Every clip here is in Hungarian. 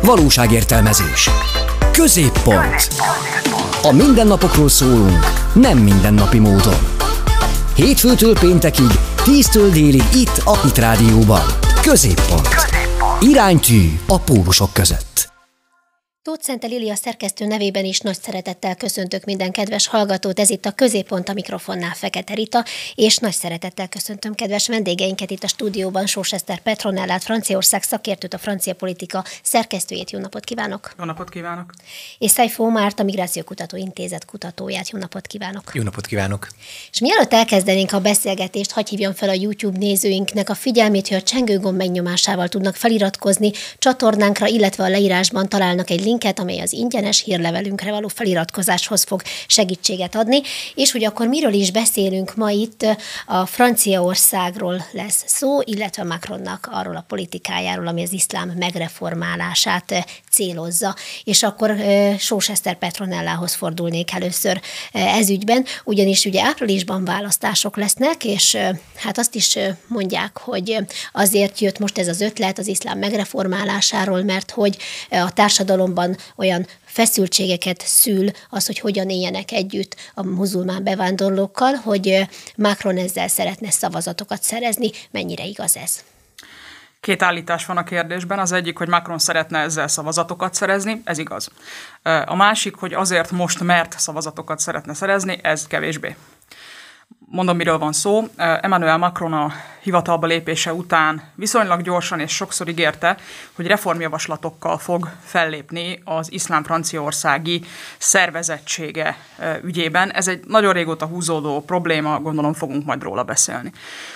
Valóságértelmezés. Középpont. A mindennapokról szólunk, nem mindennapi módon. Hétfőtől péntekig, 10-től délig itt a Hit Rádióban. Középpont. Iránytű a pólusok között. Tóth Szente Lilia szerkesztő nevében is nagy szeretettel köszöntök minden kedves hallgatót. Ez itt a Középpont, a mikrofonnál Fekete Rita, és nagy szeretettel köszöntöm kedves vendégeinket itt a stúdióban, Sós Eszter Petronellát, Franciaország szakértőt, a francia politika szerkesztőjét. Jó napot kívánok! Jó napot kívánok! És Szájfó Márt, a Migrációkutató Intézet kutatóját. Jó napot kívánok! Jó napot kívánok! És mielőtt elkezdenénk a beszélgetést, hadd hívjam fel a YouTube nézőinknek a figyelmét, hogy a csengőgomb megnyomásával tudnak feliratkozni csatornánkra, illetve a leírásban találnak egy linket, amely az ingyenes hírlevelünkre való feliratkozáshoz fog segítséget adni, és hogy akkor miről is beszélünk ma itt, a Franciaországról lesz szó, illetve Macronnak arról a politikájáról, ami az iszlám megreformálását célozza. És akkor Sós Eszter Petronellához fordulnék először ez ügyben, ugyanis ugye áprilisban választások lesznek, és hát azt is mondják, hogy azért jött most ez az ötlet az iszlám megreformálásáról, mert hogy a társadalomban olyan feszültségeket szül az, hogy hogyan éljenek együtt a muzulmán bevándorlókkal, hogy Macron ezzel szeretne szavazatokat szerezni. Mennyire igaz ez? Két állítás van a kérdésben. Az egyik, hogy Macron szeretne ezzel szavazatokat szerezni, ez igaz. A másik, hogy azért most mert szavazatokat szeretne szerezni, ez kevésbé. Mondom, miről van szó. Emmanuel Macron a hivatalba lépése után viszonylag gyorsan és sokszor ígérte, hogy reformjavaslatokkal fog fellépni az iszlám franciaországi szervezettsége ügyében. Ez egy nagyon régóta húzódó probléma, gondolom fogunk majd róla beszélni.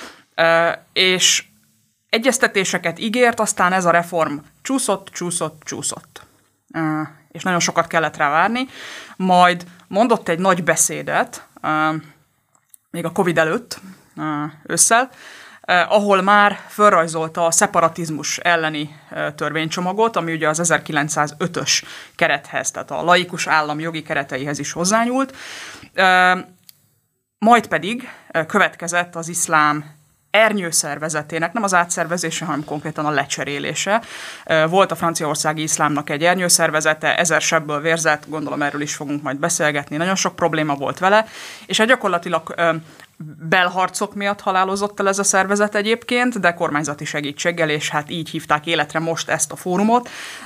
És egyeztetéseket ígért, aztán ez a reform csúszott. És nagyon sokat kellett rá várni. Majd mondott egy nagy beszédet, még a Covid előtt, ősszel, ahol már felrajzolta a szeparatizmus elleni törvénycsomagot, ami ugye az 1905-ös kerethez, tehát a laikus állam jogi kereteihez is hozzányúlt. Majd pedig következett az iszlám ernyőszervezetének, nem az átszervezése, hanem konkrétan a lecserélése. Volt a franciaországi iszlámnak egy ernyőszervezete, 1000 sebből vérzett, gondolom erről is fogunk majd beszélgetni, nagyon sok probléma volt vele, és gyakorlatilag belharcok miatt halálozott el ez a szervezet egyébként, de kormányzati segítséggel, és hát így hívták életre most ezt a fórumot.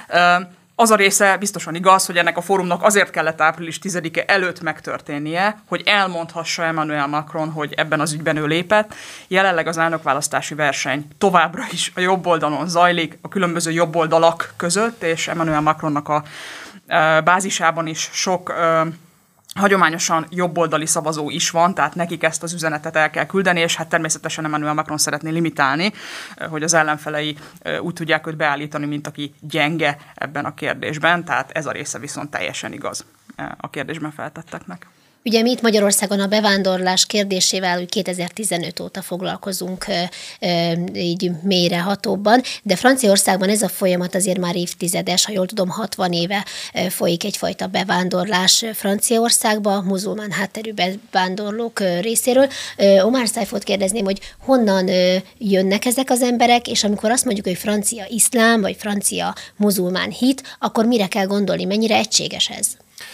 Az a része biztosan igaz, hogy ennek a fórumnak azért kellett április 10-e előtt megtörténnie, hogy elmondhassa Emmanuel Macron, hogy ebben az ügyben ő lépett. Jelenleg az elnökválasztási verseny továbbra is a jobb oldalon zajlik, a különböző jobboldalak között, és Emmanuel Macronnak a bázisában is sok hagyományosan jobboldali szavazó is van, tehát nekik ezt az üzenetet el kell küldeni, és hát természetesen Emmanuel Macron szeretné limitálni, hogy az ellenfelei úgy tudják őt beállítani, mint aki gyenge ebben a kérdésben, tehát ez a része viszont teljesen igaz a kérdésben feltetteknek. Ugye mi itt Magyarországon a bevándorlás kérdésével 2015 óta foglalkozunk így mélyrehatóbban, de Franciaországban ez a folyamat azért már évtizedes, ha jól tudom, 60 éve folyik egyfajta bevándorlás Franciaországba, muzulmán hátterű bevándorlók részéről. Omar Szájfót kérdezném, hogy honnan jönnek ezek az emberek, és amikor azt mondjuk, hogy francia iszlám, vagy francia muzulmán hit, akkor mire kell gondolni, mennyire egységes ez?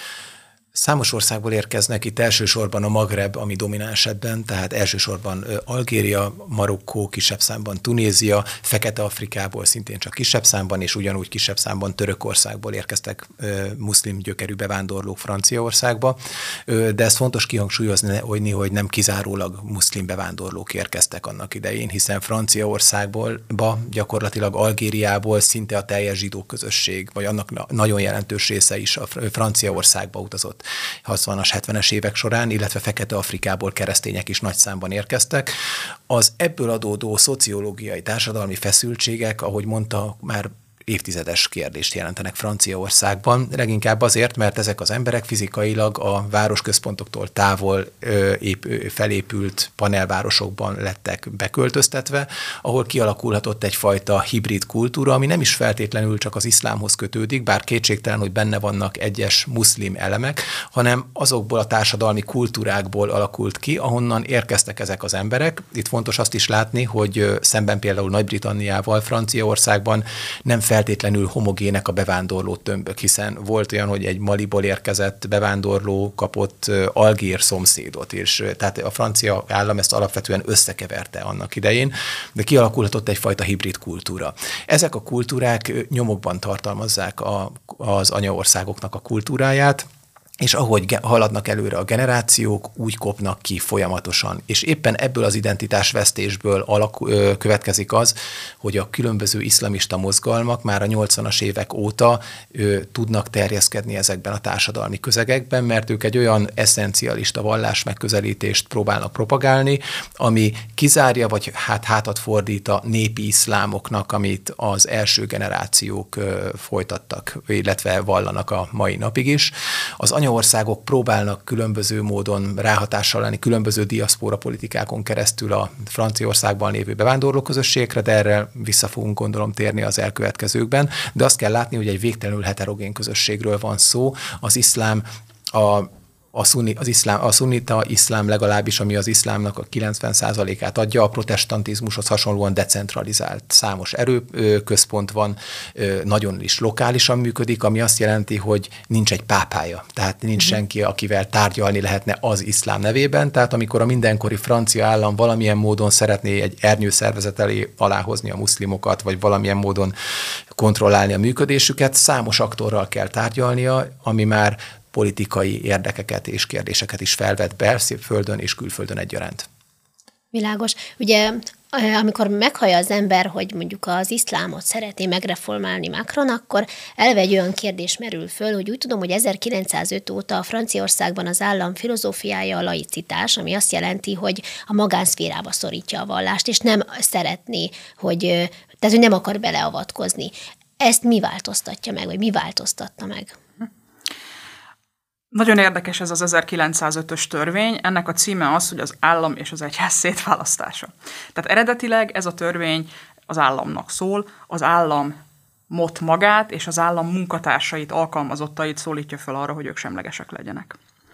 Számos országból érkeznek, itt elsősorban a Magreb, ami domináns ebben, tehát elsősorban Algéria, Marokkó, kisebb számban Tunézia, Fekete-Afrikából szintén csak kisebb számban, és ugyanúgy kisebb számban Törökországból érkeztek muszlim gyökerű bevándorlók Franciaországba, de ez fontos kihangsúlyozni, hogy nem kizárólag muszlim bevándorlók érkeztek annak idején, hiszen Franciaországból, gyakorlatilag Algériából szinte a teljes zsidó közösség, vagy annak nagyon jelentős része is a Franciaországba utazott 60-as, 70-es évek során, illetve Fekete-Afrikából keresztények is nagy számban érkeztek. Az ebből adódó szociológiai, társadalmi feszültségek, ahogy mondta, már évtizedes kérdést jelentenek Franciaországban, leginkább azért, mert ezek az emberek fizikailag a városközpontoktól távol felépült panelvárosokban lettek beköltöztetve, ahol kialakulhatott egyfajta hibrid kultúra, ami nem is feltétlenül csak az iszlámhoz kötődik, bár kétségtelen, hogy benne vannak egyes muszlim elemek, hanem azokból a társadalmi kultúrákból alakult ki, ahonnan érkeztek ezek az emberek. Itt fontos azt is látni, hogy szemben például Nagy-Britanniával, Franciaországban nem feltétlenül homogének a bevándorló tömbök, hiszen volt olyan, hogy egy Maliból érkezett bevándorló kapott algér szomszédot, és tehát a francia állam ezt alapvetően összekeverte annak idején, de kialakulhatott egyfajta hibrid kultúra. Ezek a kultúrák nyomokban tartalmazzák az anyaországoknak a kultúráját, és ahogy haladnak előre a generációk, úgy kopnak ki folyamatosan. És éppen ebből az identitásvesztésből következik az, hogy a különböző iszlamista mozgalmak már a 80-as évek óta tudnak terjeszkedni ezekben a társadalmi közegekben, mert ők egy olyan eszencialista vallás megközelítést próbálnak propagálni, ami kizárja, vagy hátat fordít a népi iszlámoknak, amit az első generációk folytattak, illetve vallanak a mai napig is. Az anyaországok próbálnak különböző módon ráhatással lenni, különböző diaszpóra politikákon keresztül a Franciaországban lévő bevándorlóközösségekre, de erre vissza fogunk gondolom térni az elkövetkezőkben. De azt kell látni, hogy egy végtelenül heterogén közösségről van szó. Az iszlám a szunnita iszlám legalábbis, ami az iszlámnak a 90%-át adja, a protestantizmushoz hasonlóan decentralizált. Számos erőközpont van, nagyon is lokálisan működik, ami azt jelenti, hogy nincs egy pápája. Tehát nincs senki, akivel tárgyalni lehetne az iszlám nevében. Tehát amikor a mindenkori francia állam valamilyen módon szeretné egy ernyőszervezet elé aláhozni a muszlimokat, vagy valamilyen módon kontrollálni a működésüket, számos aktorral kell tárgyalnia, ami már politikai érdekeket és kérdéseket is felvet belföldön és külföldön egyaránt. Világos. Ugye, amikor meghallja az ember, hogy mondjuk az iszlámot szeretné megreformálni Macron, akkor eleve egy olyan kérdés merül föl, hogy úgy tudom, hogy 1905 óta a Franciaországban az állam filozófiája a laicitás, ami azt jelenti, hogy a magánszférába szorítja a vallást, és nem szeretné, tehát hogy nem akar beleavatkozni. Ezt mi változtatja meg, vagy mi változtatta meg? Nagyon érdekes ez az 1905-ös törvény, ennek a címe az, hogy az állam és az egyház szétválasztása. Tehát eredetileg ez a törvény az államnak szól, az államot magát és az állam munkatársait, alkalmazottait szólítja fel arra, hogy ők semlegesek legyenek.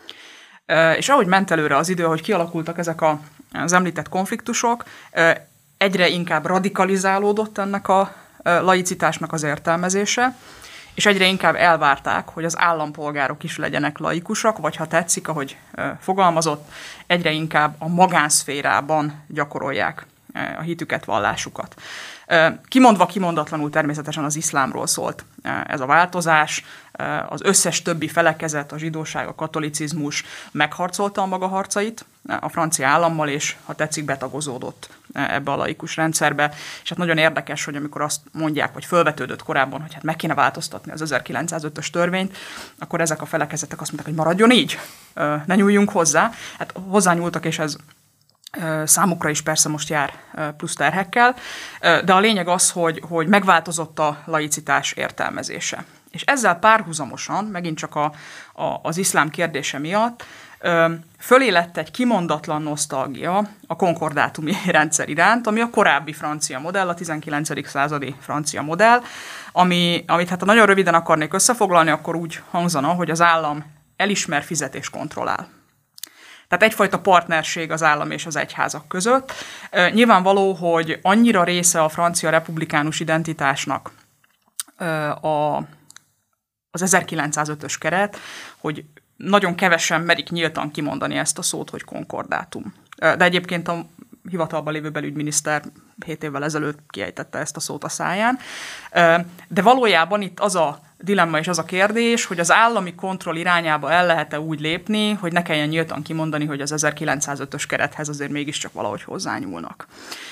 És ahogy ment előre az idő, ahogy kialakultak ezek az említett konfliktusok, egyre inkább radikalizálódott ennek a laicitásnak az értelmezése, és egyre inkább elvárták, hogy az állampolgárok is legyenek laikusak, vagy ha tetszik, ahogy fogalmazott, egyre inkább a magánszférában gyakorolják a hitüket, vallásukat. Kimondva kimondatlanul természetesen az iszlámról szólt ez a változás, az összes többi felekezet, a zsidóság, a katolicizmus megharcolta a maga harcait a francia állammal, és ha tetszik, betagozódott ebbe a laikus rendszerbe. És hát nagyon érdekes, hogy amikor azt mondják, vagy fölvetődött korábban, hogy hát meg kéne változtatni az 1905-ös törvényt, akkor ezek a felekezetek azt mondták, hogy maradjon így, ne nyúljunk hozzá. Hát hozzányúltak, és ez számukra is persze most jár plusz terhekkel, de a lényeg az, hogy megváltozott a laicitás értelmezése. És ezzel párhuzamosan, megint csak az iszlám kérdése miatt, fölé lett egy kimondatlan nosztalgia a konkordátumi rendszer iránt, ami a korábbi francia modell, a 19. századi francia modell, amit hát nagyon röviden akarnék összefoglalni, akkor úgy hangzana, hogy az állam elismer, fizet és kontrollál. Tehát egyfajta partnerség az állam és az egyházak között. Nyilvánvaló, hogy annyira része a francia republikánus identitásnak az 1905-ös keret, hogy nagyon kevesen merik nyíltan kimondani ezt a szót, hogy konkordátum. De egyébként a hivatalban lévő belügyminiszter 7 évvel ezelőtt kiejtette ezt a szót a száján. De valójában itt az a dilemma és az a kérdés, hogy az állami kontroll irányába el lehet-e úgy lépni, hogy ne kelljen nyíltan kimondani, hogy az 1905-ös kerethez azért mégiscsak valahogy hozzányúlnak.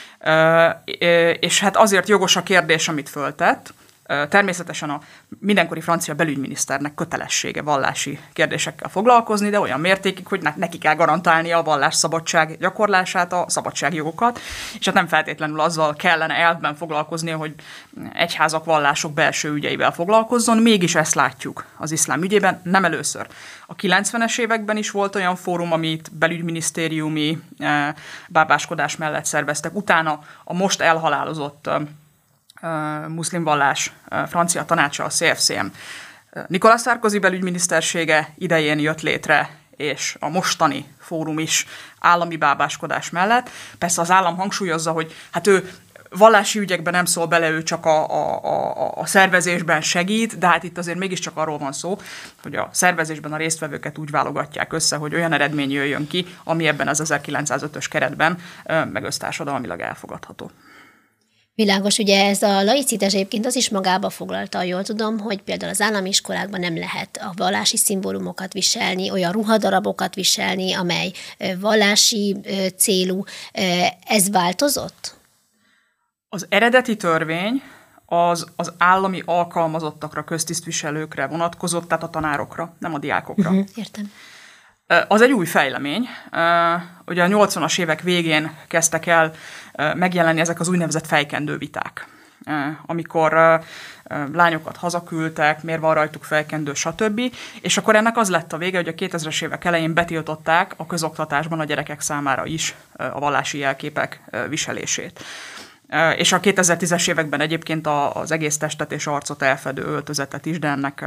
És hát azért jogos a kérdés, amit föltett. Természetesen a mindenkori francia belügyminiszternek kötelessége vallási kérdésekkel foglalkozni, de olyan mértékig, hogy neki kell garantálnia a vallásszabadság gyakorlását, a szabadságjogokat, és hát nem feltétlenül azzal kellene elvben foglalkoznia, hogy egyházak, vallások belső ügyeivel foglalkozzon, mégis ezt látjuk az iszlám ügyében, nem először. A 90-es években is volt olyan fórum, amit belügyminisztériumi bábáskodás mellett szerveztek, utána a most elhalálozott muszlim vallás francia tanácsa, a CFCM. Nicolas Sarkozy belügyminisztersége idején jött létre, és a mostani fórum is állami bábáskodás mellett. Persze az állam hangsúlyozza, hogy hát ő vallási ügyekben nem szól bele, ő csak a szervezésben segít, de hát itt azért mégiscsak arról van szó, hogy a szervezésben a résztvevőket úgy válogatják össze, hogy olyan eredmény jöjjön ki, ami ebben az 1905-ös keretben meg össztársadalmilag elfogadható. Világos, ugye ez a laicitás egyébként az is magába foglalta, jól tudom, hogy például az állami iskolákban nem lehet a vallási szimbólumokat viselni, olyan ruhadarabokat viselni, amely vallási célú. Ez változott? Az eredeti törvény az állami alkalmazottakra, köztisztviselőkre vonatkozott, tehát a tanárokra, nem a diákokra. Értem. Az egy új fejlemény. Ugye a 80-as évek végén kezdtek el megjelenni ezek az úgynevezett fejkendő viták, amikor lányokat hazaküldtek, miért van rajtuk fejkendő, stb. És akkor ennek az lett a vége, hogy a 2000-es évek elején betiltották a közoktatásban a gyerekek számára is a vallási jelképek viselését. És a 2010-es években egyébként az egész testet és arcot elfedő öltözetet is, de ennek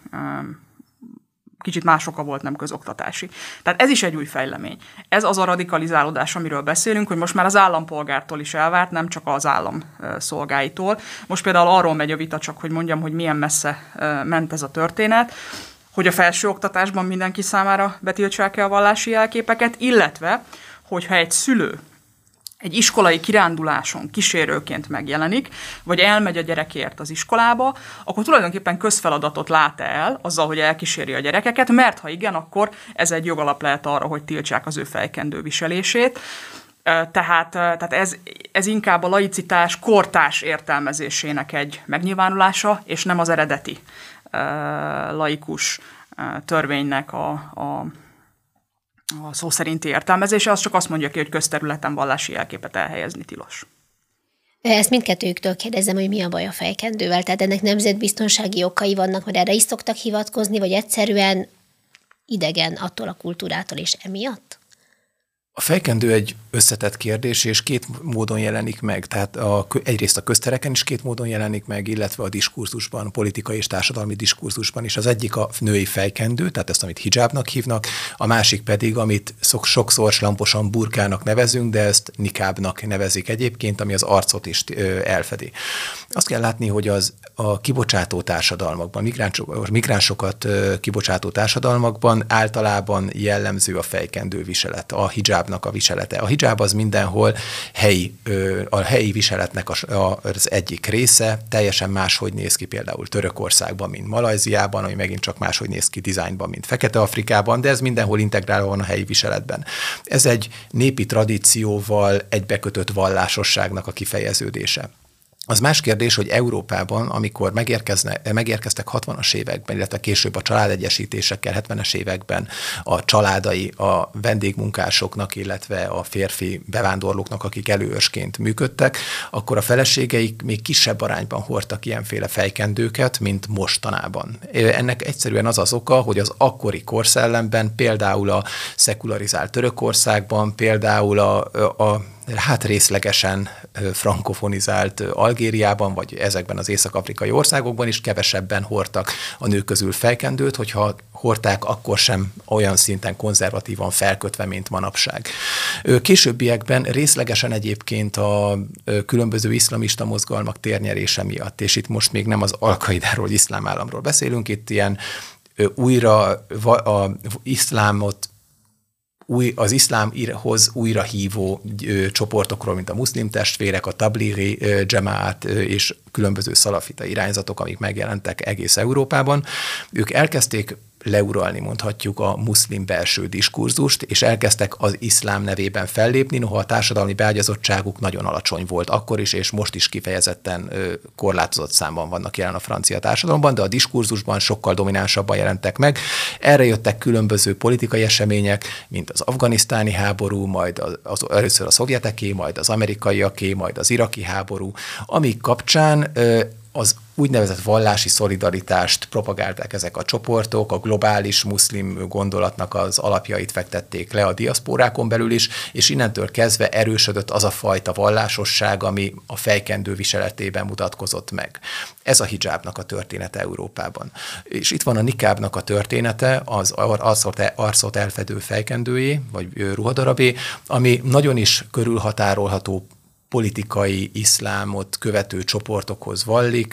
kicsit más oka volt, nem közoktatási. Tehát ez is egy új fejlemény. Ez az a radikalizálódás, amiről beszélünk, hogy most már az állampolgártól is elvárt, nem csak az állam szolgáitól. Most például arról megy a vita, csak hogy mondjam, hogy milyen messze ment ez a történet, hogy a felsőoktatásban mindenki számára betiltsák-e a vallási jelképeket, illetve, hogyha egy szülő egy iskolai kiránduláson kísérőként megjelenik, vagy elmegy a gyerekért az iskolába, akkor tulajdonképpen közfeladatot lát el azzal, hogy elkíséri a gyerekeket, mert ha igen, akkor ez egy jogalap lehet arra, hogy tiltsák az ő fejkendő viselését. Tehát ez inkább a laicitás kortárs értelmezésének egy megnyilvánulása, és nem az eredeti laikus törvénynek a szó szerinti értelmezése, az csak azt mondja ki, hogy közterületen vallási jelképet elhelyezni tilos. Ezt mindkettőjüktől kérdezem, hogy mi a baj a fejkendővel, tehát ennek nemzetbiztonsági okai vannak, mert erre is szoktak hivatkozni, vagy egyszerűen idegen attól a kultúrától is emiatt? A fejkendő egy összetett kérdés, és két módon jelenik meg. Tehát egyrészt a köztereken is két módon jelenik meg, illetve a diskurzusban, politikai és társadalmi diskurzusban is. Az egyik a női fejkendő, tehát ezt, amit hijabnak hívnak, a másik pedig, amit sokszor slamposan burkának nevezünk, de ezt nikábnak nevezik egyébként, ami az arcot is elfedi. Azt kell látni, hogy a kibocsátó társadalmakban, migránsokat kibocsátó társadalmakban általában jellemző a fejkendő viselet, a hijabnak a viselete. A hijab az mindenhol a helyi viseletnek az egyik része, teljesen máshogy néz ki például Törökországban, mint Malajziában, ami megint csak máshogy néz ki dizájnban, mint Fekete-Afrikában, de ez mindenhol integrálva van a helyi viseletben. Ez egy népi tradícióval egybekötött vallásosságnak a kifejeződése. Az más kérdés, hogy Európában, amikor megérkeztek 60-as években, illetve később a családegyesítésekkel 70-es években a családai a vendégmunkásoknak, illetve a férfi bevándorlóknak, akik előörsként működtek, akkor a feleségeik még kisebb arányban hordtak ilyenféle fejkendőket, mint mostanában. Ennek egyszerűen az az oka, hogy az akkori korszellemben, például a szekularizált Törökországban, például részlegesen frankofonizált Algériában, vagy ezekben az észak-afrikai országokban is kevesebben hordtak a nők közül fejkendőt, hogyha hordták, akkor sem olyan szinten konzervatívan felkötve, mint manapság. Későbbiekben részlegesen egyébként a különböző iszlamista mozgalmak térnyerése miatt, és itt most még nem az Al-Qaidáról, iszlám államról beszélünk, itt ilyen az iszlámhoz újra hívó csoportokról, mint a muszlim testvérek, a tablighi dzsemaát és különböző szalafita irányzatok, amik megjelentek egész Európában. Ők elkezdték leuralni, mondhatjuk, a muszlim belső diskurzust, és elkezdtek az iszlám nevében fellépni, noha a társadalmi beágyazottságuk nagyon alacsony volt akkor is, és most is kifejezetten korlátozott számban vannak jelen a francia társadalomban, de a diskurzusban sokkal dominánsabban jelentek meg. Erre jöttek különböző politikai események, mint az afganisztáni háború, majd először a szovjeteké, majd az amerikaiaké, majd az iraki háború, amik kapcsán az úgynevezett vallási szolidaritást propagálták ezek a csoportok, a globális muszlim gondolatnak az alapjait fektették le a diaszpórákon belül is, és innentől kezdve erősödött az a fajta vallásosság, ami a fejkendő viseletében mutatkozott meg. Ez a hijabnak a története Európában. És itt van a nikábnak a története, az arcot elfedő fejkendőjé, vagy ruhadarabé, ami nagyon is körülhatárolható politikai iszlámot követő csoportokhoz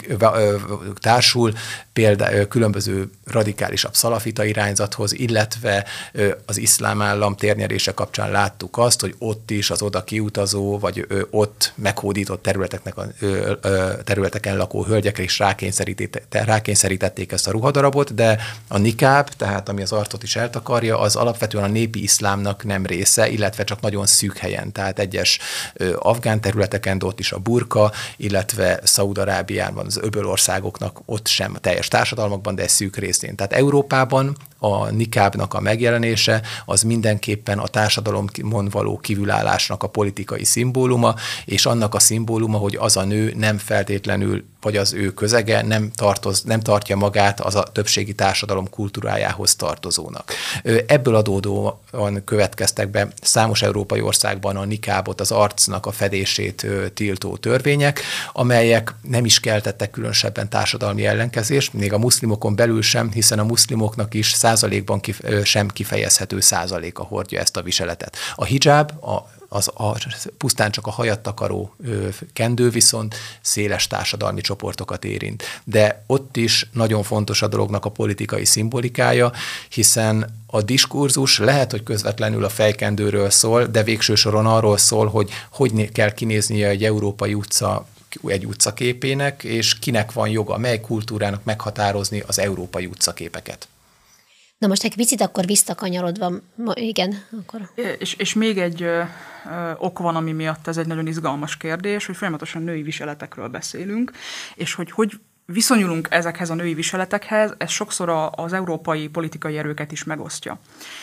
társul, például különböző radikálisabb szalafita irányzathoz, illetve az iszlám állam térnyerése kapcsán láttuk azt, hogy ott is az oda kiutazó, vagy ott meghódított területeken lakó hölgyekre is rákényszerítették ezt a ruhadarabot, de a nikáb, tehát ami az arcot is eltakarja, az alapvetően a népi iszlámnak nem része, illetve csak nagyon szűk helyen, tehát egyes afgán területeken, de ott is a burka, illetve Szaúd-Arábiában, az öbölországoknak ott sem a teljes társadalmakban, de egy szűk részén. Tehát Európában a nikábnak a megjelenése az mindenképpen a társadalomon való kívülállásnak a politikai szimbóluma, és annak a szimbóluma, hogy az a nő nem feltétlenül, vagy az ő közege nem tartja magát az a többségi társadalom kultúrájához tartozónak. Ebből adódóan következtek be számos európai országban a nikábot, az arcnak a fedését tiltó törvények, amelyek nem is keltettek különösebben társadalmi ellenkezést, még a muszlimokon belül sem, hiszen a muszlimoknak is százalékban sem kifejezhető százaléka hordja ezt a viseletet. A hijab, pusztán csak a hajat takaró kendő viszont széles társadalmi csoportokat érint. De ott is nagyon fontos a dolognak a politikai szimbolikája, hiszen a diskurzus lehet, hogy közvetlenül a fejkendőről szól, de végső soron arról szól, hogy kell kinéznie egy európai utca egy utcaképének, és kinek van joga, mely kultúrának meghatározni az európai utcaképeket. Na most egy picit akkor visszakanyarodva, igen, akkor... És még egy ok van, ami miatt ez egy nagyon izgalmas kérdés, hogy folyamatosan női viseletekről beszélünk, és hogy viszonyulunk ezekhez a női viseletekhez, ez sokszor az európai politikai erőket is megosztja.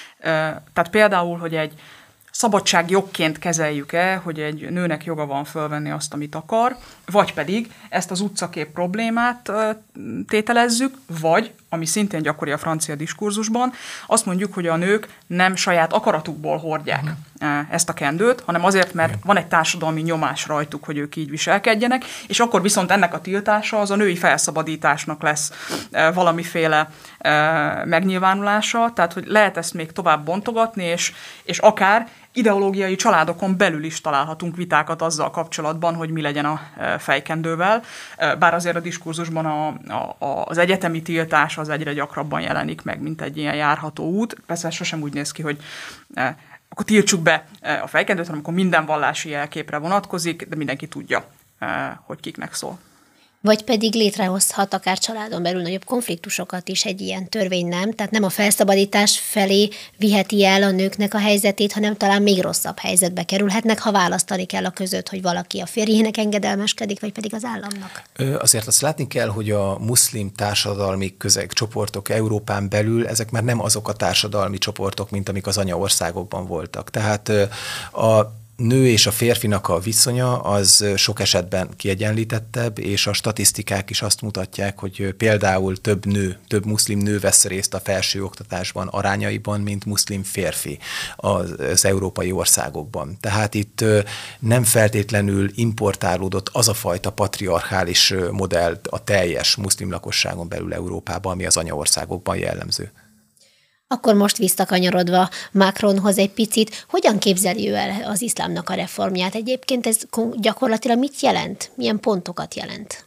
Tehát például, hogy egy szabadságjogként kezeljük-e, hogy egy nőnek joga van fölvenni azt, amit akar, vagy pedig ezt az utcakép problémát tételezzük, vagy, ami szintén gyakori a francia diskurzusban, azt mondjuk, hogy a nők nem saját akaratukból hordják ezt a kendőt, hanem azért, mert van egy társadalmi nyomás rajtuk, hogy ők így viselkedjenek, és akkor viszont ennek a tiltása az a női felszabadításnak lesz valamiféle megnyilvánulása, tehát hogy lehet ezt még tovább bontogatni, és akár ideológiai családokon belül is találhatunk vitákat azzal kapcsolatban, hogy mi legyen a fejkendővel, bár azért a diskurzusban az egyetemi tiltás az egyre gyakrabban jelenik meg, mint egy ilyen járható út. Persze sosem úgy néz ki, hogy akkor tiltsuk be a fejkendőt, hanem akkor minden vallási jelképre vonatkozik, de mindenki tudja, hogy kiknek szól. Vagy pedig létrehozhat akár családon belül nagyobb konfliktusokat is egy ilyen törvény, nem? Tehát nem a felszabadítás felé viheti el a nőknek a helyzetét, hanem talán még rosszabb helyzetbe kerülhetnek, ha választani kell a között, hogy valaki a férjének engedelmeskedik, vagy pedig az államnak. Azért azt látni kell, hogy a muszlim társadalmi csoportok Európán belül, ezek már nem azok a társadalmi csoportok, mint amik az anyaországokban voltak. Tehát a nő és a férfinak a viszonya az sok esetben kiegyenlítettebb, és a statisztikák is azt mutatják, hogy például több muszlim nő vesz részt a felsőoktatásban arányaiban, mint muszlim férfi az európai országokban. Tehát itt nem feltétlenül importálódott az a fajta patriarchális modell a teljes muszlim lakosságon belül Európában, ami az anyaországokban jellemző. Akkor most visszakanyarodva Macronhoz egy picit, hogyan képzeli ő el az iszlámnak a reformját? Egyébként ez gyakorlatilag mit jelent? Milyen pontokat jelent?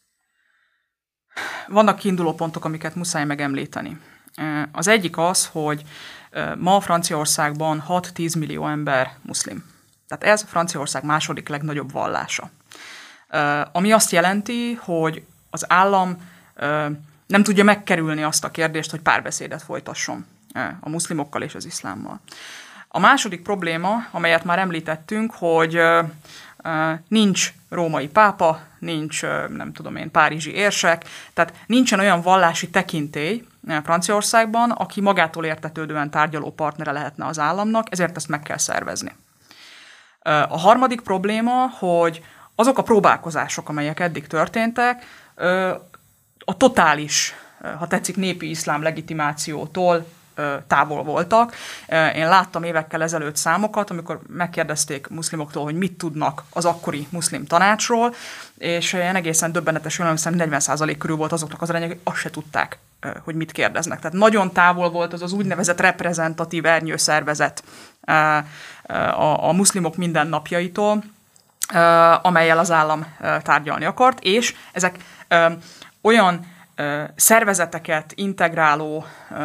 Vannak kiinduló pontok, amiket muszáj megemlíteni. Az egyik az, hogy ma Franciaországban 6-10 millió ember muszlim. Tehát ez Franciaország második legnagyobb vallása. Ami azt jelenti, hogy az állam nem tudja megkerülni azt a kérdést, hogy párbeszédet folytasson a muszlimokkal és az iszlámmal. A második probléma, amelyet már említettünk, hogy nincs római pápa, nincs, nem tudom én, párizsi érsek, tehát nincsen olyan vallási tekintély Franciaországban, aki magától értetődően tárgyaló partnere lehetne az államnak, ezért ezt meg kell szervezni. A harmadik probléma, hogy azok a próbálkozások, amelyek eddig történtek, a totális, ha tetszik, népi iszlám legitimációtól távol voltak. Én láttam évekkel ezelőtt számokat, amikor megkérdezték muszlimoktól, hogy mit tudnak az akkori muszlim tanácsról, és ilyen egészen döbbenetes, jól hiszem 40% körül volt azoknak az aránya, hogy azt se tudták, hogy mit kérdeznek. Tehát nagyon távol volt az úgynevezett reprezentatív ernyőszervezet a muszlimok mindennapjaitól, amellyel az állam tárgyalni akart, és ezek olyan szervezeteket integráló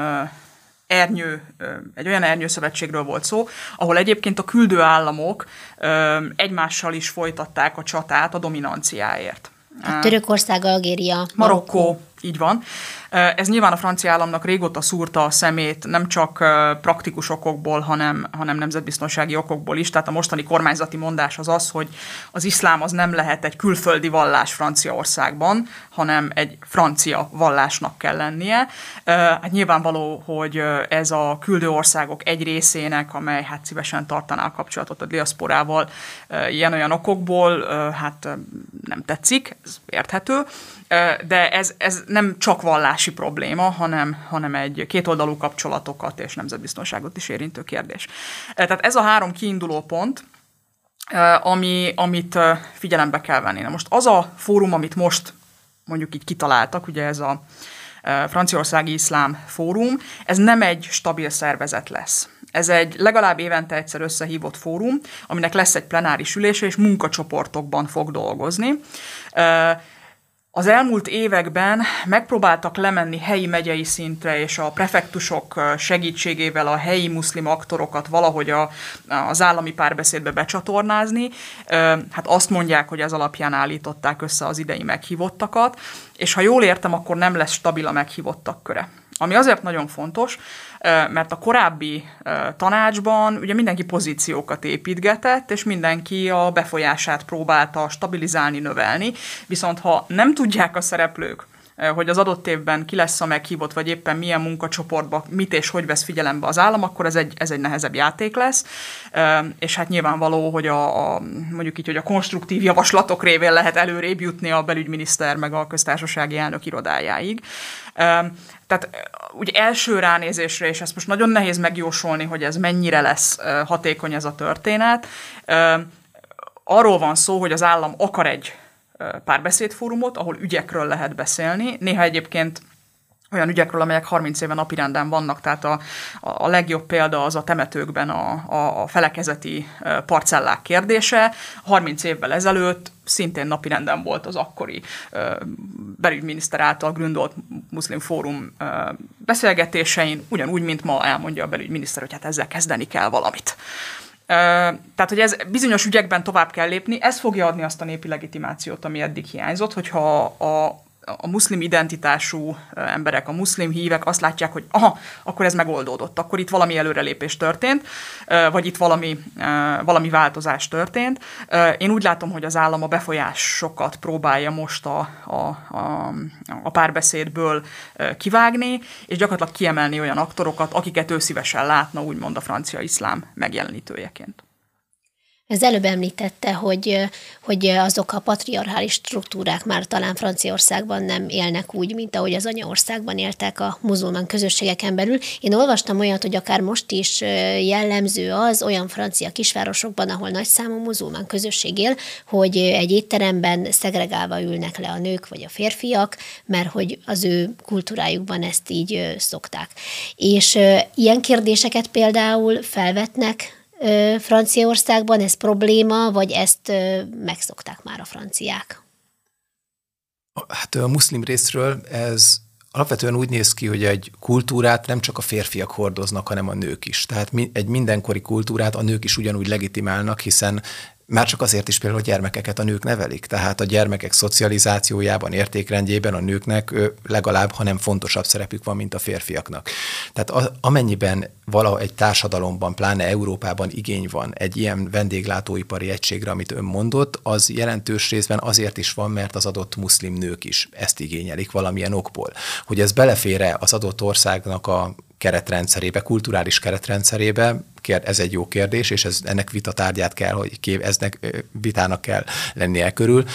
egy olyan ernyőszövetségről volt szó, ahol egyébként a küldő államok egymással is folytatták a csatát a dominanciáért. Törökország, Algéria, Marokkó, így van. Ez nyilván a francia államnak régóta szúrta a szemét, nem csak praktikus okokból, hanem nemzetbiztonsági okokból is. Tehát a mostani kormányzati mondás az, hogy az iszlám az nem lehet egy külföldi vallás Franciaországban, hanem egy francia vallásnak kell lennie. Hát nyilvánvaló, hogy ez a küldő országok egy részének, amely hát szívesen tartaná a kapcsolatot a diaszporával ilyen-olyan okokból, hát nem tetszik, ez érthető. De ez nem csak vallási probléma, hanem egy kétoldalú kapcsolatokat és nemzetbiztonságot is érintő kérdés. Tehát ez a 3 kiinduló pont, amit figyelembe kell venni. Na most az a fórum, amit most mondjuk így kitaláltak, ugye ez a Franciaországi Iszlám Fórum, ez nem egy stabil szervezet lesz. Ez egy legalább évente egyszer összehívott fórum, aminek lesz egy plenáris ülése, és munkacsoportokban fog dolgozni. Az elmúlt években megpróbáltak lemenni helyi megyei szintre, és a prefektusok segítségével a helyi muszlim aktorokat valahogy az állami párbeszédbe becsatornázni. Hát azt mondják, hogy ez alapján állították össze az idei meghívottakat, és ha jól értem, akkor nem lesz stabil a meghívottak köre. Ami azért nagyon fontos, mert a korábbi tanácsban ugye mindenki pozíciókat építgetett, és mindenki a befolyását próbálta stabilizálni, növelni, viszont ha nem tudják a szereplők, hogy az adott évben ki lesz a meghívott, vagy éppen milyen munkacsoportban mit és hogy vesz figyelembe az állam, akkor ez egy nehezebb játék lesz, és hát nyilvánvaló, hogy mondjuk így, hogy a konstruktív javaslatok révén lehet előrébb jutni a belügyminiszter meg a köztársasági elnök irodájáig. Tehát úgy első ránézésre, és ezt most nagyon nehéz megjósolni, hogy ez mennyire lesz hatékony ez a történet, arról van szó, hogy az állam akar egy párbeszédfórumot, ahol ügyekről lehet beszélni. Néha egyébként olyan ügyekről, amelyek 30 éve napirenden vannak, tehát a legjobb példa az a temetőkben a felekezeti parcellák kérdése. 30 évvel ezelőtt szintén napirenden volt az akkori belügyminiszter által gründolt muszlim fórum beszélgetésein, ugyanúgy, mint ma elmondja a belügyminiszter, hogy hát ezzel kezdeni kell valamit. Tehát, hogy ez bizonyos ügyekben tovább kell lépni, ez fogja adni azt a népi legitimációt, ami eddig hiányzott, hogyha a muszlim identitású emberek, a muszlim hívek azt látják, hogy akkor ez megoldódott, akkor itt valami előrelépés történt, vagy itt valami változás történt. Én úgy látom, hogy az állam a befolyásokat próbálja most a párbeszédből kivágni, és gyakorlatilag kiemelni olyan aktorokat, akiket ő szívesen látna, úgymond a francia iszlám megjelenítőjeként. Ez előbb említette, hogy azok a patriarchális struktúrák már talán Franciaországban nem élnek úgy, mint ahogy az anyaországban éltek a muzulmán közösségeken belül. Én olvastam olyat, hogy akár most is jellemző az olyan francia kisvárosokban, ahol nagyszámú muzulmán közösség él, hogy egy étteremben szegregálva ülnek le a nők vagy a férfiak, mert hogy az ő kultúrájukban ezt így szokták. És ilyen kérdéseket például felvetnek Franciaországban, ez probléma, vagy ezt megszokták már a franciák? Hát a muszlim részről ez alapvetően úgy néz ki, hogy egy kultúrát nem csak a férfiak hordoznak, hanem a nők is. Tehát egy mindenkori kultúrát a nők is ugyanúgy legitimálnak, hiszen már csak azért is például a gyermekeket a nők nevelik, tehát a gyermekek szocializációjában, értékrendjében a nőknek legalább, hanem fontosabb szerepük van, mint a férfiaknak. Tehát amennyiben valahogy egy társadalomban, pláne Európában igény van egy ilyen vendéglátóipari egységre, amit ön mondott, az jelentős részben azért is van, mert az adott muszlim nők is ezt igényelik valamilyen okból. Hogy ez belefér-e az adott országnak a keretrendszerébe, kulturális keretrendszerébe, ez egy jó kérdés, és ennek vitatárgyát kell, hogy vitának kell lennie körül.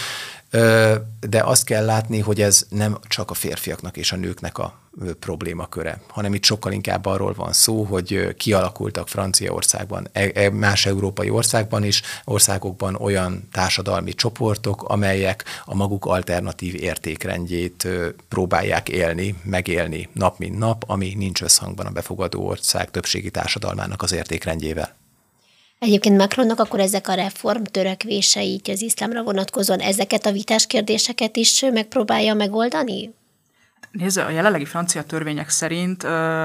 De azt kell látni, hogy ez nem csak a férfiaknak és a nőknek a problémaköre, hanem itt sokkal inkább arról van szó, hogy kialakultak Franciaországban, más európai országokban olyan társadalmi csoportok, amelyek a maguk alternatív értékrendjét próbálják megélni nap mint nap, ami nincs összhangban a befogadó ország többségi társadalmának az értékrendjével. Egyébként Macronnak akkor ezek a reform törekvései az iszlámra vonatkozóan ezeket a vitás kérdéseket is megpróbálja megoldani? Nézd, a jelenlegi francia törvények szerint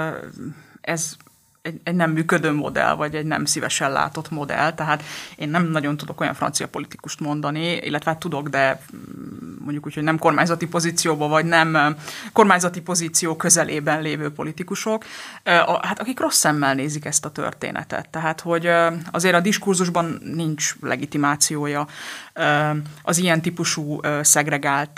ez egy nem működő modell, vagy egy nem szívesen látott modell, tehát én nem nagyon tudok olyan francia politikust mondani, illetve hát tudok, de mondjuk úgy, hogy nem kormányzati pozícióban, vagy nem kormányzati pozíció közelében lévő politikusok, hát akik rossz szemmel nézik ezt a történetet. Tehát, hogy azért a diskurzusban nincs legitimációja az ilyen típusú szegregált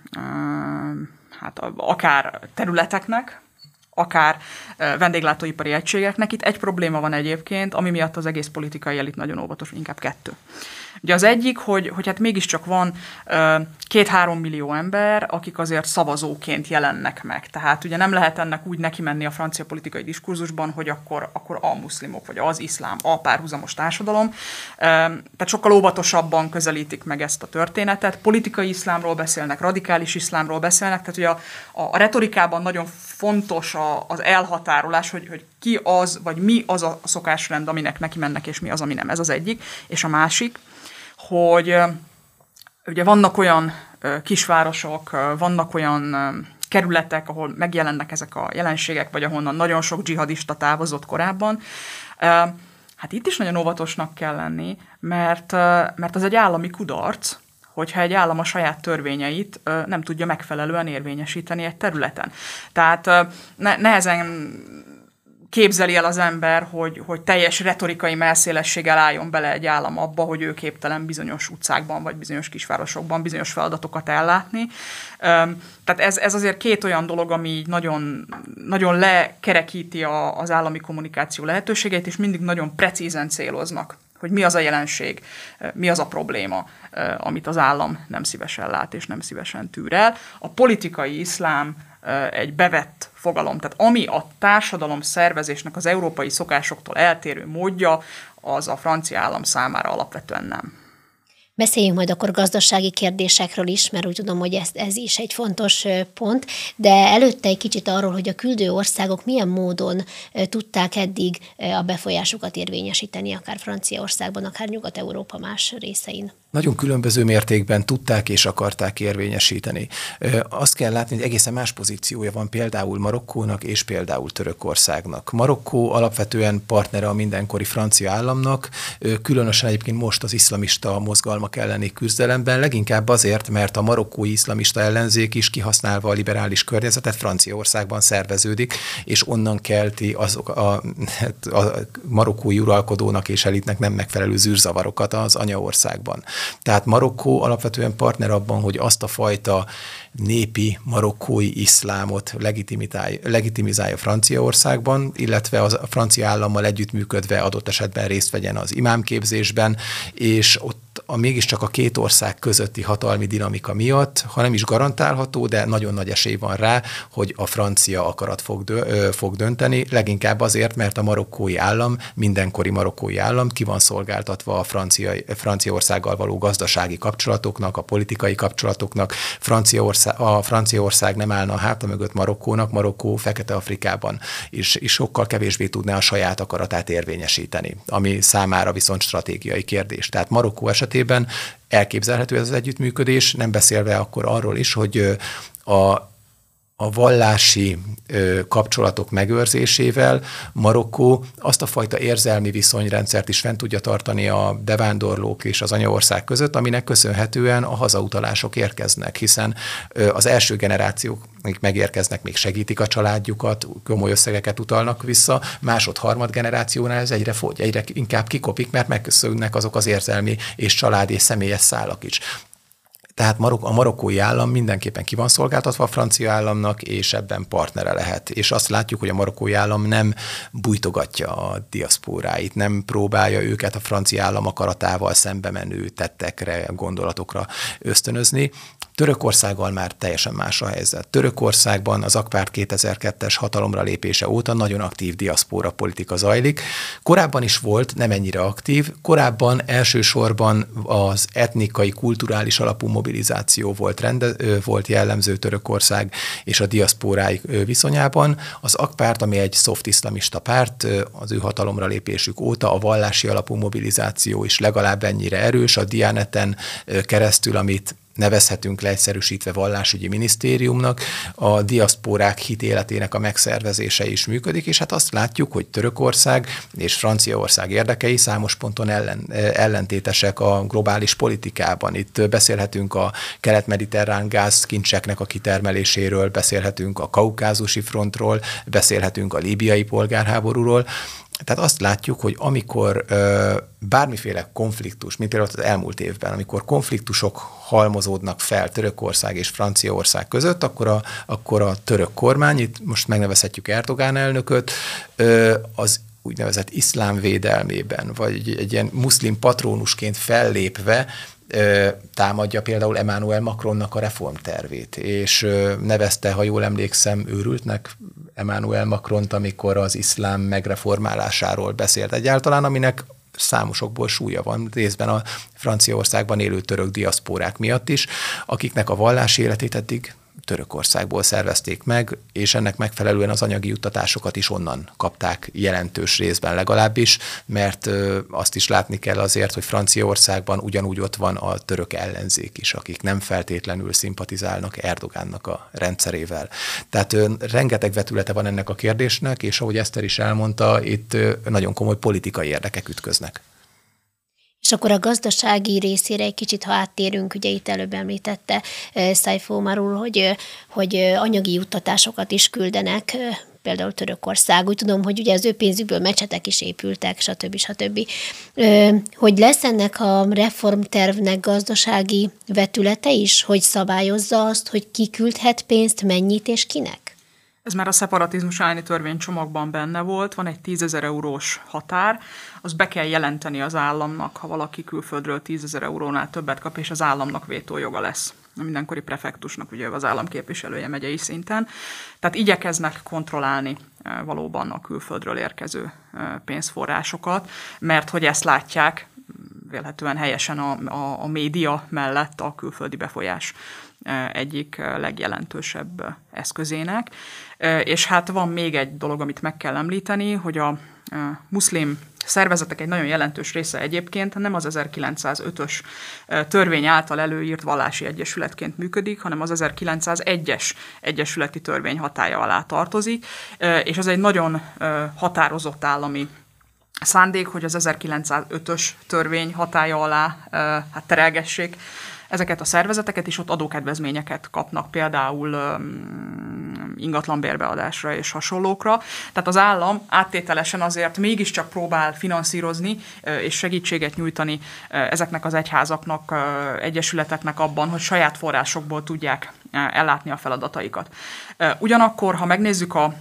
hát akár területeknek, akár vendéglátóipari egységeknek. Itt egy probléma van egyébként, ami miatt az egész politikai elit nagyon óvatos, inkább kettő. Ugye az egyik, hogy hát mégiscsak van 2-3 millió ember, akik azért szavazóként jelennek meg. Tehát ugye nem lehet ennek úgy neki menni a francia politikai diskurzusban, hogy akkor a muszlimok, vagy az iszlám, a párhuzamos társadalom. Tehát sokkal óvatosabban közelítik meg ezt a történetet. Politikai iszlámról beszélnek, radikális iszlámról beszélnek, tehát ugye a retorikában nagyon fontos az elhatárolás, hogy ki az, vagy mi az a szokásrend, aminek neki mennek, és mi az, ami nem. Ez az egyik. És a másik, hogy ugye vannak olyan kisvárosok, vannak olyan kerületek, ahol megjelennek ezek a jelenségek, vagy ahonnan nagyon sok dzsihadista távozott korábban. Hát itt is nagyon óvatosnak kell lenni, mert az egy állami kudarc, hogyha egy állam a saját törvényeit nem tudja megfelelően érvényesíteni egy területen. Tehát nehezen képzeli el az ember, hogy teljes retorikai melszélességgel álljon bele egy állam abba, hogy ő képtelen bizonyos utcákban, vagy bizonyos kisvárosokban bizonyos feladatokat ellátni. Tehát ez azért két olyan dolog, ami nagyon, nagyon lekerekíti az állami kommunikáció lehetőségeit, és mindig nagyon precízen céloznak, hogy mi az a jelenség, mi az a probléma, amit az állam nem szívesen lát és nem szívesen tűr el. A politikai iszlám egy bevett fogalom, tehát ami a társadalom szervezésnek az európai szokásoktól eltérő módja, az a francia állam számára alapvetően nem. Beszéljünk majd akkor gazdasági kérdésekről is, mert úgy tudom, hogy ez is egy fontos pont, de előtte egy kicsit arról, hogy a küldő országok milyen módon tudták eddig a befolyásukat érvényesíteni, akár Franciaországban, akár Nyugat-Európa más részein. Nagyon különböző mértékben tudták és akarták érvényesíteni. Azt kell látni, hogy egészen más pozíciója van például Marokkónak és például Törökországnak. Marokkó alapvetően partnere a mindenkori francia államnak, különösen egyébként most az iszlamista mozgalmak elleni küzdelemben, leginkább azért, mert a marokkói iszlamista ellenzék is kihasználva a liberális környezetet Franciaországban szerveződik, és onnan kelti azok a marokkói uralkodónak és elitnek nem megfelelő zűrzavarokat az anyaországban. Tehát Marokkó alapvetően partner abban, hogy azt a fajta népi marokkói iszlámot legitimizálja Franciaországban, illetve a francia állammal együttműködve adott esetben részt vegyen az imámképzésben, és ott mégiscsak a két ország közötti hatalmi dinamika miatt, ha nem is garantálható, de nagyon nagy esély van rá, hogy a francia akarat fog dönteni, leginkább azért, mert a marokkói állam, mindenkori marokkói állam ki van szolgáltatva a Franciaországgal való gazdasági kapcsolatoknak, a politikai kapcsolatoknak. A Franciaország nem állna a háta mögött Marokkónak, Marokkó Fekete-Afrikában is sokkal kevésbé tudná a saját akaratát érvényesíteni, ami számára viszont stratégiai kérdés. Tehát Marokkó esetében elképzelhető ez az együttműködés, nem beszélve akkor arról is, hogy a vallási kapcsolatok megőrzésével Marokkó azt a fajta érzelmi viszonyrendszert is fent tudja tartani a bevándorlók és az anyaország között, aminek köszönhetően a hazautalások érkeznek, hiszen az első generációk, akik megérkeznek, még segítik a családjukat, komoly összegeket utalnak vissza, másod-harmad generációnál ez egyre fogy, egyre inkább kikopik, mert megköszönnek azok az érzelmi és család és személyes szálak is. Tehát a marokkói állam mindenképpen ki van szolgáltatva a francia államnak, és ebben partnere lehet. És azt látjuk, hogy a marokkói állam nem bújtogatja a diaszpóráit, nem próbálja őket a francia állam akaratával szembe menő tettekre, gondolatokra ösztönözni. Törökországgal már teljesen más a helyzet. Törökországban az AK-párt 2002-es hatalomra lépése óta nagyon aktív diaszpóra politika zajlik. Korábban is volt, nem ennyire aktív. Korábban elsősorban az etnikai, kulturális alapú mobilizáció volt jellemző Törökország és a diaszpórái viszonyában. Az AK-párt, ami egy szoft iszlamista párt, az ő hatalomra lépésük óta a vallási alapú mobilizáció is legalább ennyire erős, a Diyaneten keresztül, amit nevezhetünk leegyszerűsítve vallásügyi minisztériumnak, a diaszpórák hitéletének a megszervezése is működik, és hát azt látjuk, hogy Törökország és Franciaország érdekei számos ponton ellentétesek a globális politikában. Itt beszélhetünk a kelet-mediterrán gázkincseknek a kitermeléséről, beszélhetünk a kaukázusi frontról, beszélhetünk a líbiai polgárháborúról. Tehát azt látjuk, hogy amikor bármiféle konfliktus, mint például az elmúlt évben, amikor konfliktusok halmozódnak fel Törökország és Franciaország között, akkor a török kormány, itt most megnevezhetjük Erdogán elnököt, az úgynevezett iszlám védelmében, vagy egy ilyen muszlim patrónusként fellépve támadja például Emmanuel Macronnak a reformtervét, és nevezte, ha jól emlékszem, őrültnek Emmanuel Macront, amikor az iszlám megreformálásáról beszélt egyáltalán, aminek számosokból súlya van, részben a Franciaországban élő török diaszpórák miatt is, akiknek a vallási életét eddig Törökországból szervezték meg, és ennek megfelelően az anyagi juttatásokat is onnan kapták jelentős részben legalábbis, mert azt is látni kell azért, hogy Franciaországban ugyanúgy ott van a török ellenzék is, akik nem feltétlenül szimpatizálnak Erdogánnak a rendszerével. Tehát rengeteg vetülete van ennek a kérdésnek, és ahogy Eszter is elmondta, itt nagyon komoly politikai érdekek ütköznek. És akkor a gazdasági részére egy kicsit, ha áttérünk, ugye itt előbb említette Saif Omar úr, hogy anyagi juttatásokat is küldenek, például Törökország. Úgy tudom, hogy ugye az ő pénzükből mecsetek is épültek, stb. Hogy lesz ennek a reformtervnek gazdasági vetülete is, hogy szabályozza azt, hogy ki küldhet pénzt, mennyit és kinek? Ez már a szeparatizmus elleni törvénycsomagban benne volt, van egy 10 000 eurós határ, azt be kell jelenteni az államnak, ha valaki külföldről 10 000 eurónál többet kap, és az államnak vétójoga lesz. A mindenkori prefektusnak, ugye az államképviselője megyei szinten. Tehát igyekeznek kontrollálni valóban a külföldről érkező pénzforrásokat, mert hogy ezt látják, vélhetően helyesen a média mellett a külföldi befolyás egyik legjelentősebb eszközének. És hát van még egy dolog, amit meg kell említeni, hogy a muszlim szervezetek egy nagyon jelentős része egyébként nem az 1905-ös törvény által előírt vallási egyesületként működik, hanem az 1901-es egyesületi törvény hatálya alá tartozik, és ez egy nagyon határozott állami szándék, hogy az 1905-ös törvény hatálya alá terelgessék ezeket a szervezeteket, és ott adókedvezményeket kapnak, például ingatlanbérbeadásra és hasonlókra. Tehát az állam áttételesen azért mégiscsak próbál finanszírozni és segítséget nyújtani ezeknek az egyházaknak, egyesületeknek abban, hogy saját forrásokból tudják ellátni a feladataikat. Ugyanakkor, ha megnézzük a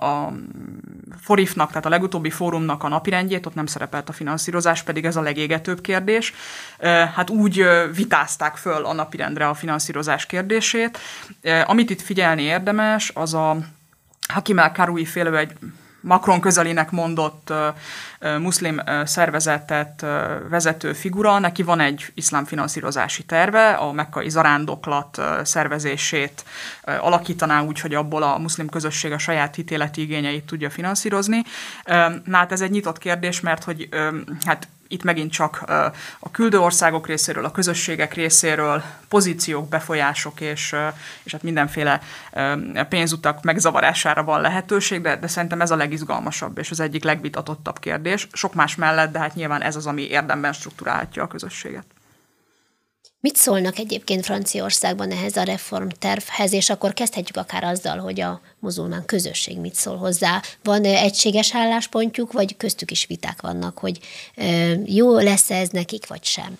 FORIF-nak, tehát a legutóbbi fórumnak a napirendjét, ott nem szerepelt a finanszírozás, pedig ez a legégetőbb kérdés. Hát úgy vitázták föl a napirendre a finanszírozás kérdését. Amit itt figyelni érdemes, az a Hakim el-Karoui féle egy Macron közelinek mondott muszlim szervezetet vezető figura, neki van egy iszlám finanszírozási terve, a mekkai zarándoklat szervezését alakítaná úgy, hogy abból a muszlim közösség a saját hitéleti igényeit tudja finanszírozni. Na hát ez egy nyitott kérdés, mert hogy hát itt megint csak a küldő országok részéről, a közösségek részéről pozíciók, befolyások és hát mindenféle pénzutak megzavarására van lehetőség, de szerintem ez a legizgalmasabb és az egyik legvitatottabb kérdés. Sok más mellett, de hát nyilván ez az, ami érdemben strukturálhatja a közösséget. Mit szólnak egyébként Franciaországban ehhez a reformtervhez, és akkor kezdhetjük akár azzal, hogy a muzulmán közösség mit szól hozzá. Van egységes álláspontjuk, vagy köztük is viták vannak, hogy jó lesz ez nekik, vagy sem?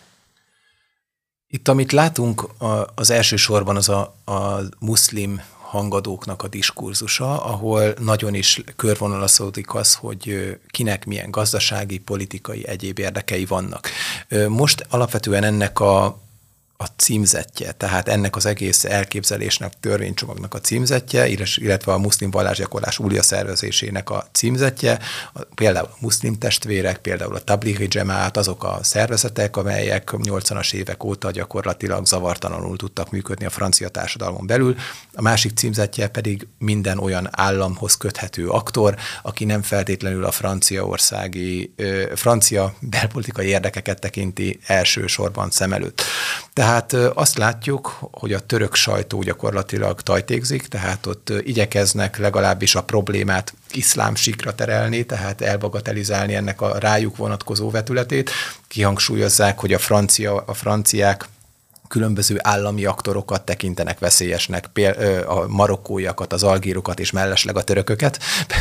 Itt, amit látunk, az elsősorban az a muszlim hangadóknak a diskurzusa, ahol nagyon is körvonalazódik az, hogy kinek milyen gazdasági, politikai, egyéb érdekei vannak. Most alapvetően ennek a a címzetje, tehát ennek az egész elképzelésnek, törvénycsomagnak a címzetje, illetve a muszlim vallásgyakorlás újra szervezésének a címzetje, például a muszlim testvérek, például a Tablighi Dzsemaát, azok a szervezetek, amelyek 80-as évek óta gyakorlatilag zavartalanul tudtak működni a francia társadalmon belül. A másik címzetje pedig minden olyan államhoz köthető aktor, aki nem feltétlenül a francia belpolitikai érdekeket tekinti elsősorban szem előtt. Tehát azt látjuk, hogy a török sajtó gyakorlatilag tajtékzik, tehát ott igyekeznek legalábbis a problémát iszlám síkra terelni, tehát elbagatelizálni ennek a rájuk vonatkozó vetületét. Kihangsúlyozzák, hogy a franciák különböző állami aktorokat tekintenek veszélyesnek, a marokkóiakat, az algírokat és mellesleg a törököket,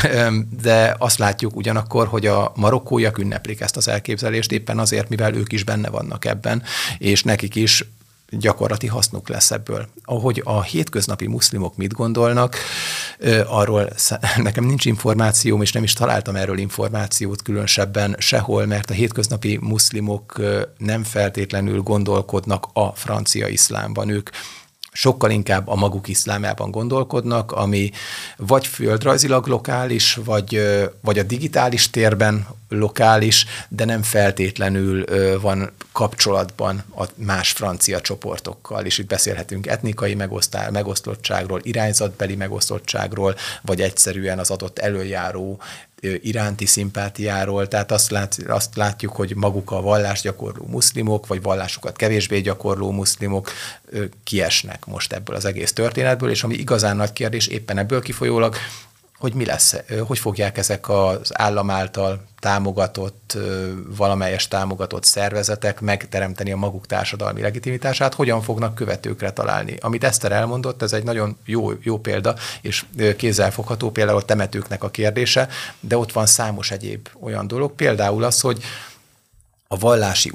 de azt látjuk ugyanakkor, hogy a marokkóiak ünneplik ezt az elképzelést éppen azért, mivel ők is benne vannak ebben, és nekik is gyakorlati hasznuk lesz ebből. Ahogy a hétköznapi muszlimok mit gondolnak, arról nekem nincs információm, és nem is találtam erről információt különösebben sehol, mert a hétköznapi muszlimok nem feltétlenül gondolkodnak a francia iszlámban. Ők sokkal inkább a maguk iszlámjában gondolkodnak, ami vagy földrajzilag lokális, vagy a digitális térben lokális, de nem feltétlenül van kapcsolatban a más francia csoportokkal, és itt beszélhetünk etnikai megosztottságról, irányzatbeli megosztottságról, vagy egyszerűen az adott előjáró iránti szimpátiáról, tehát azt látjuk, hogy maguk a vallásgyakorló muszlimok, vagy vallásukat kevésbé gyakorló muszlimok kiesnek most ebből az egész történetből, és ami igazán nagy kérdés éppen ebből kifolyólag, hogy mi lesz, hogy fogják ezek az állam által támogatott, valamelyes támogatott szervezetek megteremteni a maguk társadalmi legitimitását, hogyan fognak követőkre találni. Amit Eszter elmondott, ez egy nagyon jó példa, és kézzelfogható például a temetőknek a kérdése, de ott van számos egyéb olyan dolog, például az, hogy a vallási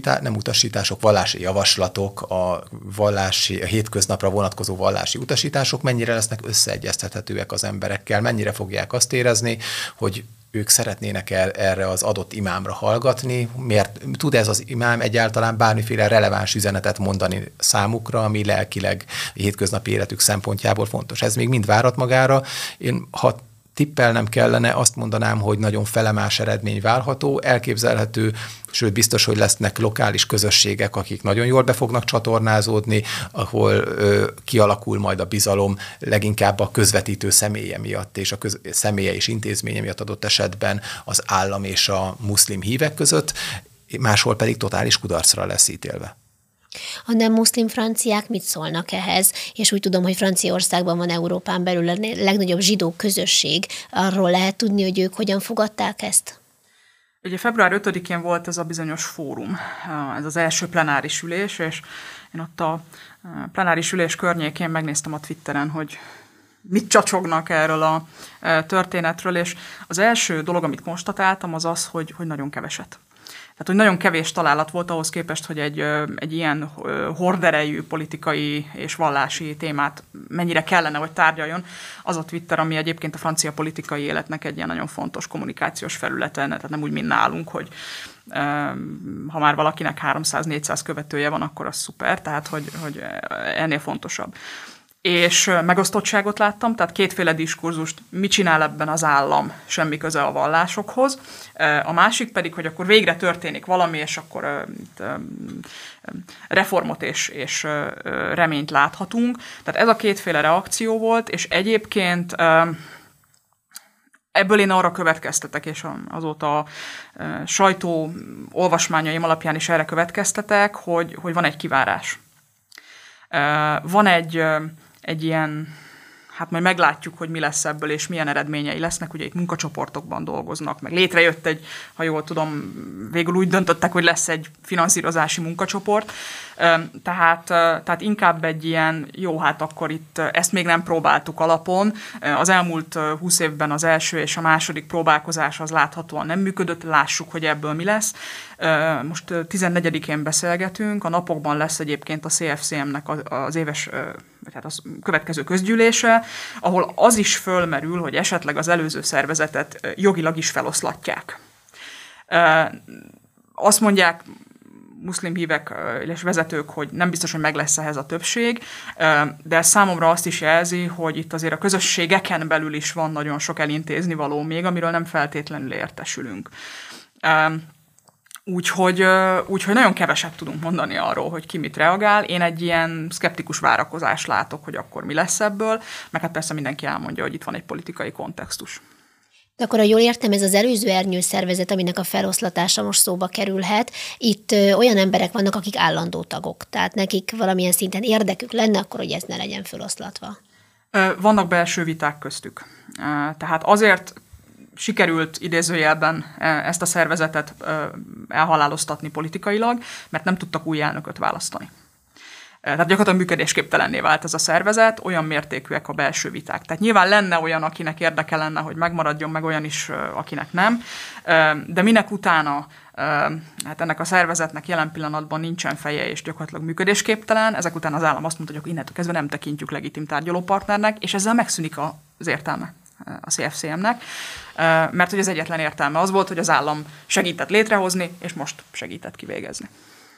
vallási javaslatok, a hétköznapra vonatkozó vallási utasítások mennyire lesznek összeegyeztethetőek az emberekkel, mennyire fogják azt érezni, hogy ők szeretnének erre az adott imámra hallgatni, miért tud ez az imám egyáltalán bármiféle releváns üzenetet mondani számukra, ami lelkileg a hétköznapi életük szempontjából fontos. Ez még mind várat magára. Ha tippelnem kellene, azt mondanám, hogy nagyon felemás eredmény várható, elképzelhető, sőt biztos, hogy lesznek lokális közösségek, akik nagyon jól be fognak csatornázódni, ahol kialakul majd a bizalom leginkább a közvetítő személye miatt, és a személye és intézménye miatt adott esetben az állam és a muszlim hívek között, máshol pedig totális kudarcra lesz ítélve. A nem muszlim franciák mit szólnak ehhez? És úgy tudom, hogy Franciaországban van Európán belül a legnagyobb zsidó közösség. Arról lehet tudni, hogy ők hogyan fogadták ezt? Ugye február 5-én volt ez a bizonyos fórum, ez az első plenáris ülés, és én ott a plenáris ülés környékén megnéztem a Twitteren, hogy mit csacsognak erről a történetről, és az első dolog, amit konstatáltam, az az, hogy nagyon keveset. Tehát, hogy nagyon kevés találat volt ahhoz képest, hogy egy ilyen horderejű politikai és vallási témát mennyire kellene, hogy tárgyaljon. Az a Twitter, ami egyébként a francia politikai életnek egy ilyen nagyon fontos kommunikációs felülete, tehát nem úgy, mint nálunk, hogy ha már valakinek 300-400 követője van, akkor az szuper, tehát hogy ennél fontosabb. És megosztottságot láttam, tehát kétféle diskurzust, mit csinál ebben az állam, semmi köze a vallásokhoz. A másik pedig, hogy akkor végre történik valami, és akkor reformot és reményt láthatunk. Tehát ez a kétféle reakció volt, és egyébként ebből én arra következtetek, és azóta a sajtó olvasmányaim alapján is erre következtetek, hogy van egy kivárás. Van egy ilyen, hát majd meglátjuk, hogy mi lesz ebből, és milyen eredményei lesznek. Ugye itt munkacsoportokban dolgoznak, meg létrejött ha jól tudom, végül úgy döntöttek, hogy lesz egy finanszírozási munkacsoport. Tehát inkább egy ilyen, jó, hát akkor itt ezt még nem próbáltuk alapon. Az elmúlt 20 évben az első és a második próbálkozás az láthatóan nem működött, lássuk, hogy ebből mi lesz. Most 14-én beszélgetünk, a napokban lesz egyébként a CFCM-nek az éves, tehát az következő közgyűlése, ahol az is fölmerül, hogy esetleg az előző szervezetet jogilag is feloszlatják. Azt mondják muszlim hívek és vezetők, hogy nem biztos, hogy meg lesz ehhez a többség, de számomra azt is jelzi, hogy itt azért a közösségeken belül is van nagyon sok elintézni való még, amiről nem feltétlenül értesülünk. Úgyhogy nagyon keveset tudunk mondani arról, hogy ki mit reagál. Én egy ilyen szkeptikus várakozást látok, hogy akkor mi lesz ebből, meg hát persze mindenki elmondja, hogy itt van egy politikai kontextus. De akkor, ha jól értem, ez az előző ernyőszervezet, aminek a feloszlatása most szóba kerülhet, itt olyan emberek vannak, akik állandó tagok, tehát nekik valamilyen szinten érdekük lenne, akkor, hogy ez ne legyen feloszlatva. Vannak belső viták köztük. Tehát azért sikerült idézőjelben ezt a szervezetet elhaláloztatni politikailag, mert nem tudtak új elnököt választani. Tehát gyakorlatilag működésképtelenné vált ez a szervezet, olyan mértékűek a belső viták. Tehát nyilván lenne olyan, akinek érdeke lenne, hogy megmaradjon, meg olyan is, akinek nem, de minek utána, hát ennek a szervezetnek jelen pillanatban nincsen feje és gyakorlatilag működésképtelen, ezek után az állam azt mondta, hogy innentől kezdve nem tekintjük legitim tárgyalópartnernek, és ezzel megszűnik az értelme a CFCM-nek, mert hogy az egyetlen értelme az volt, hogy az állam segített létrehozni, és most segített kivégezni.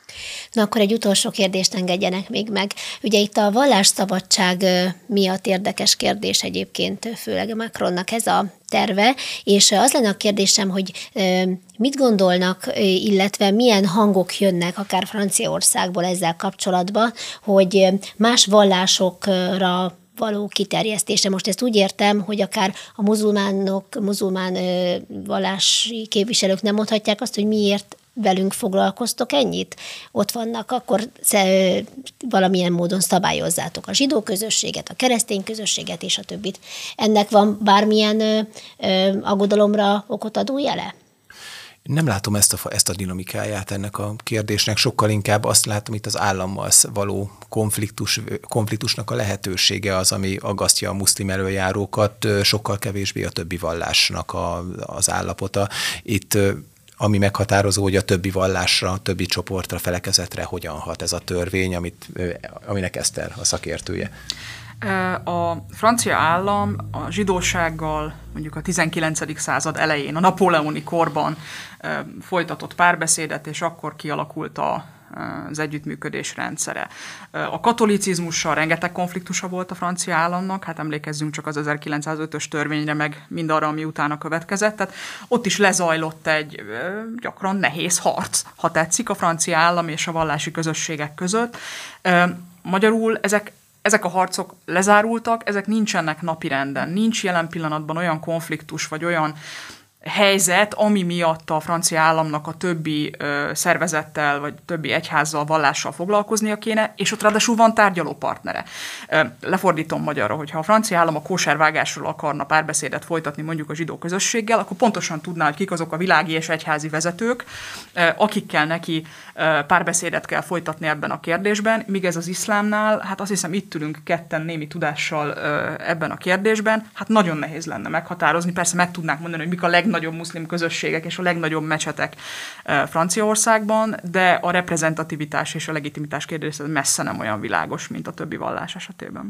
Na akkor egy utolsó kérdést engedjenek még meg. Ugye itt a vallásszabadság miatt érdekes kérdés egyébként, főleg Macronnak ez a terve, és az lenne a kérdésem, hogy mit gondolnak, illetve milyen hangok jönnek akár Franciaországból ezzel kapcsolatban, hogy más vallásokra való kiterjesztése. Most ezt úgy értem, hogy akár a muzulmán vallási képviselők nem mondhatják azt, hogy miért velünk foglalkoztok ennyit? Ott vannak, akkor valamilyen módon szabályozzátok a zsidó közösséget, a keresztény közösséget és a többit. Ennek van bármilyen aggodalomra okot adó jele? Nem látom ezt a dinamikáját ennek a kérdésnek, sokkal inkább azt látom, itt az állammal való konfliktusnak a lehetősége az, ami aggasztja a muszlim elöljárókat, sokkal kevésbé a többi vallásnak az állapota. Itt ami meghatározó, hogy a többi vallásra, a többi csoportra, felekezetre hogyan hat ez a törvény, aminek Eszter a szakértője. A francia állam a zsidósággal mondjuk a 19. század elején, a napóleoni korban folytatott párbeszédet, és akkor kialakult az együttműködés rendszere. A katolicizmussal rengeteg konfliktusa volt a francia államnak, hát emlékezzünk csak az 1905-ös törvényre, meg mindarra, ami utána következett. Tehát ott is lezajlott egy gyakran nehéz harc, ha tetszik, a francia állam és a vallási közösségek között. Magyarul ezek a harcok lezárultak, ezek nincsenek napirenden. Nincs jelen pillanatban olyan konfliktus, vagy olyan helyzet, ami miatt a francia államnak a többi szervezettel, vagy többi egyházzal, vallással foglalkoznia kéne, és ott ráadásul van tárgyalópartnere. Lefordítom magyarra, hogyha a francia állam a kóservágásról akarna párbeszédet folytatni mondjuk a zsidó közösséggel, akkor pontosan tudná, hogy kik azok a világi és egyházi vezetők, akikkel neki párbeszédet kell folytatni ebben a kérdésben, míg ez az iszlámnál, hát azt hiszem itt ülünk ketten némi tudással ebben a kérdésben, hát nagyon nehéz lenne meghatározni, persze meg tudnánk mondani, hogy mik a legnagyobb muszlim közösségek és a legnagyobb mecsetek Franciaországban, de a reprezentativitás és a legitimitás kérdése messze nem olyan világos, mint a többi vallás esetében.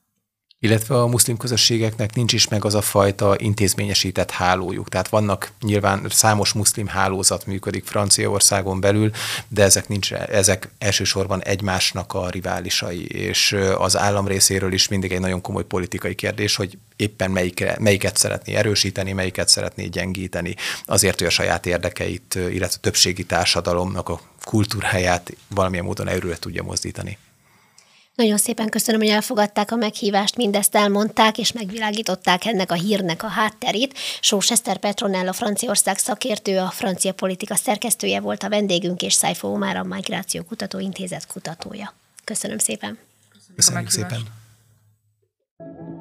Illetve a muszlim közösségeknek nincs is meg az a fajta intézményesített hálójuk. Tehát vannak nyilván számos muszlim hálózat működik Franciaországon belül, de ezek elsősorban egymásnak a riválisai, és az állam részéről is mindig egy nagyon komoly politikai kérdés, hogy éppen melyiket szeretné erősíteni, melyiket szeretné gyengíteni, azért, hogy a saját érdekeit, illetve a többségi társadalomnak a kultúráját valamilyen módon előre tudja mozdítani. Nagyon szépen köszönöm, hogy elfogadták a meghívást, mindezt elmondták, és megvilágították ennek a hírnek a hátterét. Sós Eszter Petronella, Franciaország szakértő, a francia politika szerkesztője volt a vendégünk, és Szájfó Omár, a Migráció Kutatóintézet kutatója. Köszönöm szépen. Köszönjük szépen.